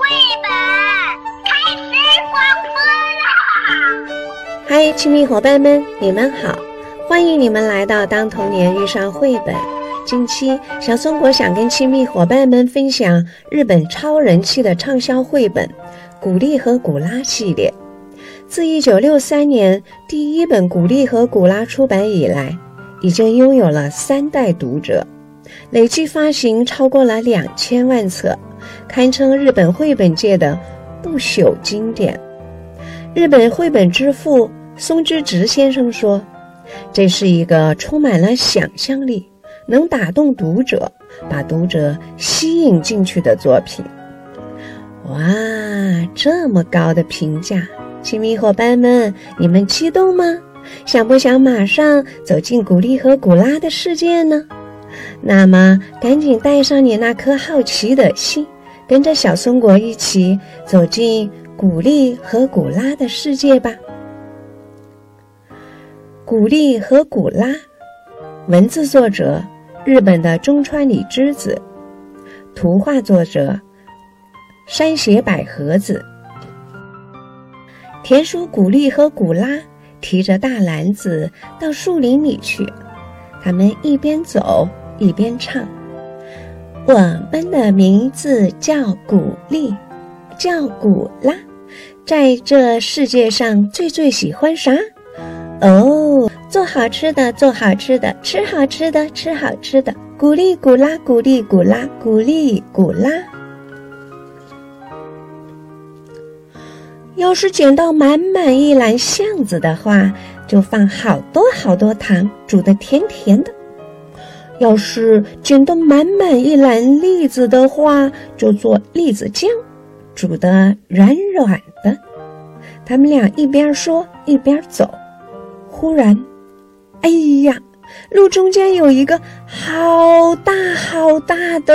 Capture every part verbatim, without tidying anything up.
本开始广播啦！ 嗨，亲密伙伴们，你们好，欢迎你们来到当童年遇上绘本。近期小松果想跟亲密伙伴们分享日本超人气的畅销绘本《古丽和古拉》系列。自一九六三年第一本《古丽和古拉》出版以来，已经拥有了三代读者，累计发行超过了两千万册，堪称日本绘本界的不朽经典。日本绘本之父松之直先生说，这是一个充满了想象力，能打动读者，把读者吸引进去的作品。哇，这么高的评价，亲密伙伴们，你们激动吗？想不想马上走进古丽和古拉的世界呢？那么赶紧带上你那颗好奇的心，跟着小松果一起走进古丽和古拉的世界吧。古丽和古拉，文字作者日本的中川里之子，图画作者山胁百合子。田鼠古丽和古拉提着大篮子到树林里去，他们一边走一边唱：我们的名字叫古丽，叫古拉，在这世界上最最喜欢啥？哦，做好吃的，做好吃的，吃好吃的，吃好吃的，古丽古拉，古丽古拉，古丽古拉。要是捡到满满一篮橡子的话，就放好多好多糖，煮得甜甜的。要是捡到满满一篮栗子的话，就做栗子酱，煮得软软的。他们俩一边说一边走，忽然，哎呀，路中间有一个好大好大的，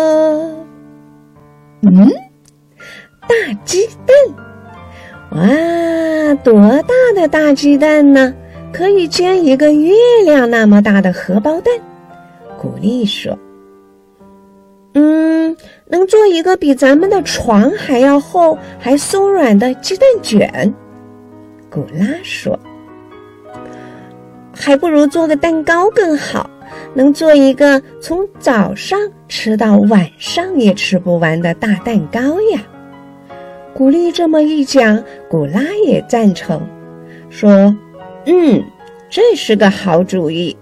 嗯，大鸡蛋。哇，多大的大鸡蛋呢？可以煎一个月亮那么大的荷包蛋。古丽说，嗯，能做一个比咱们的床还要厚还松软的鸡蛋卷。古拉说，还不如做个蛋糕更好，能做一个从早上吃到晚上也吃不完的大蛋糕呀。古丽这么一讲，古拉也赞成，说，嗯，这是个好主意。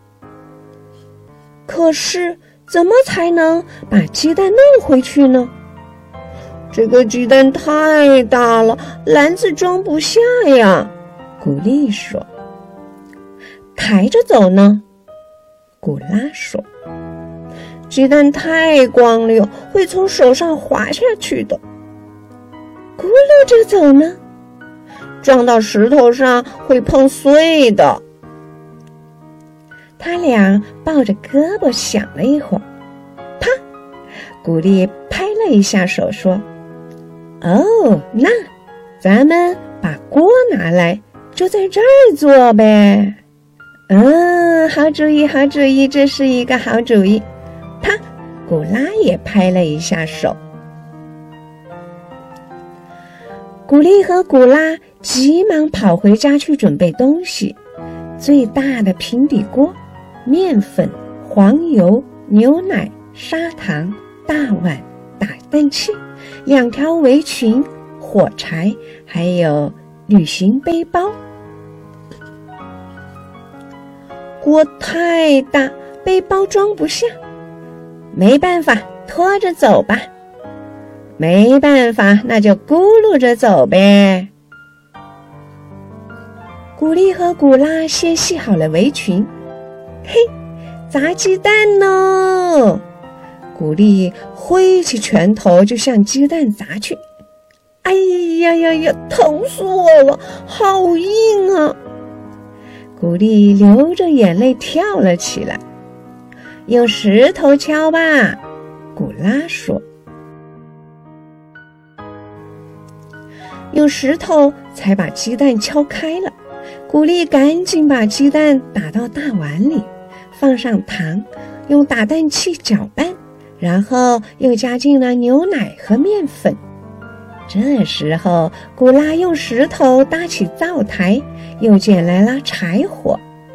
可是怎么才能把鸡蛋弄回去呢？这个鸡蛋太大了，篮子装不下呀。古丽说，抬着走呢？古拉说，鸡蛋太光溜，会从手上滑下去的。咕噜着走呢？撞到石头上会碰碎的。他俩抱着胳膊想了一会儿，啪！古丽拍了一下手说，哦，那咱们把锅拿来，就在这儿做呗。嗯，好主意，好主意，这是一个好主意。啪！古拉也拍了一下手。古丽和古拉急忙跑回家去准备东西，最大的平底锅、面粉、黄油、牛奶、砂糖、大碗、打蛋器、两条围裙、火柴，还有旅行背包。锅太大，背包装不下，没办法，拖着走吧。没办法，那就咕噜着走呗。古丽和古拉先系好了围裙，嘿，砸鸡蛋呢！古丽挥起拳头就向鸡蛋砸去。哎呀呀呀，疼死我了，好硬啊！古丽流着眼泪跳了起来。用石头敲吧，古拉说。用石头才把鸡蛋敲开了，古丽赶紧把鸡蛋打到大碗里，放上糖，用打蛋器搅拌，然后又加进了牛奶和面粉， 这时候，古拉用石头搭起灶台，又捡来了柴火。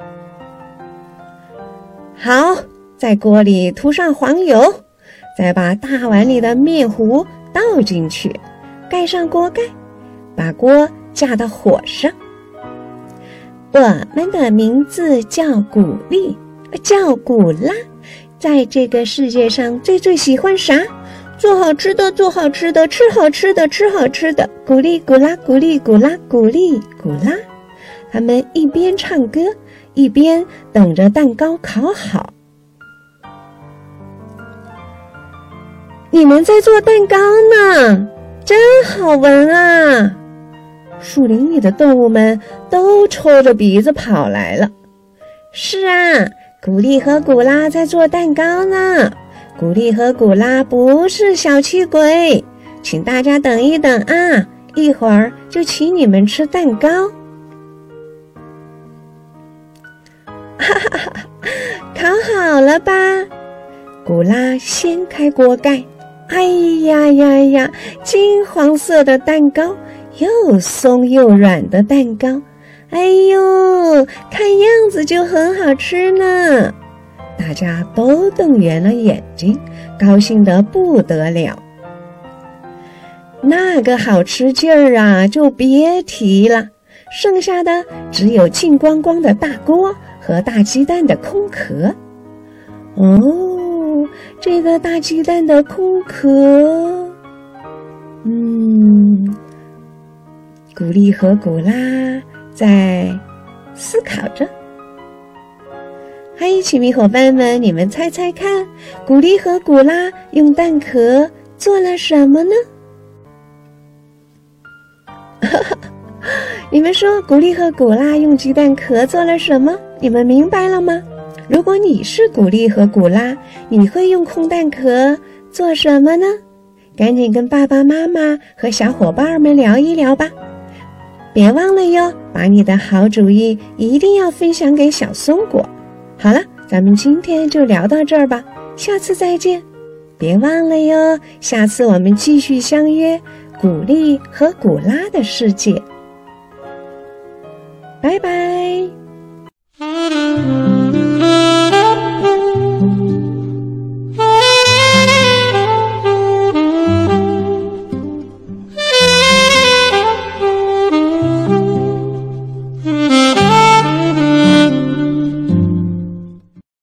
好，在锅里涂上黄油，再把大碗里的面糊倒进去，盖上锅盖，把锅架到火上。我们的名字叫古丽，叫古拉，在这个世界上最最喜欢啥？做好吃的，做好吃的，吃好吃的，吃好吃的，古丽古拉，古丽古拉，古丽古拉。他们一边唱歌，一边等着蛋糕烤好。你们在做蛋糕呢，真好闻啊！树林里的动物们都抽着鼻子跑来了。是啊，古丽和古拉在做蛋糕呢。古丽和古拉不是小气鬼，请大家等一等啊，一会儿就请你们吃蛋糕。哈哈哈，烤好了吧？古拉掀开锅盖，哎呀呀呀，金黄色的蛋糕，又松又软的蛋糕，哎呦，看样子就很好吃呢。大家都瞪圆了眼睛，高兴得不得了。那个好吃劲儿啊，就别提了，剩下的只有净光光的大锅和大鸡蛋的空壳。哦，这个大鸡蛋的空壳，嗯，古丽和古拉在思考着。嘿，亲密伙伴们，你们猜猜看，古丽和古拉用蛋壳做了什么呢？你们说古丽和古拉用鸡蛋壳做了什么？你们明白了吗？如果你是古丽和古拉，你会用空蛋壳做什么呢？赶紧跟爸爸妈妈和小伙伴们聊一聊吧。别忘了哟，把你的好主意一定要分享给小松果。好了，咱们今天就聊到这儿吧，下次再见。别忘了哟，下次我们继续相约古丽和古拉的世界。拜拜。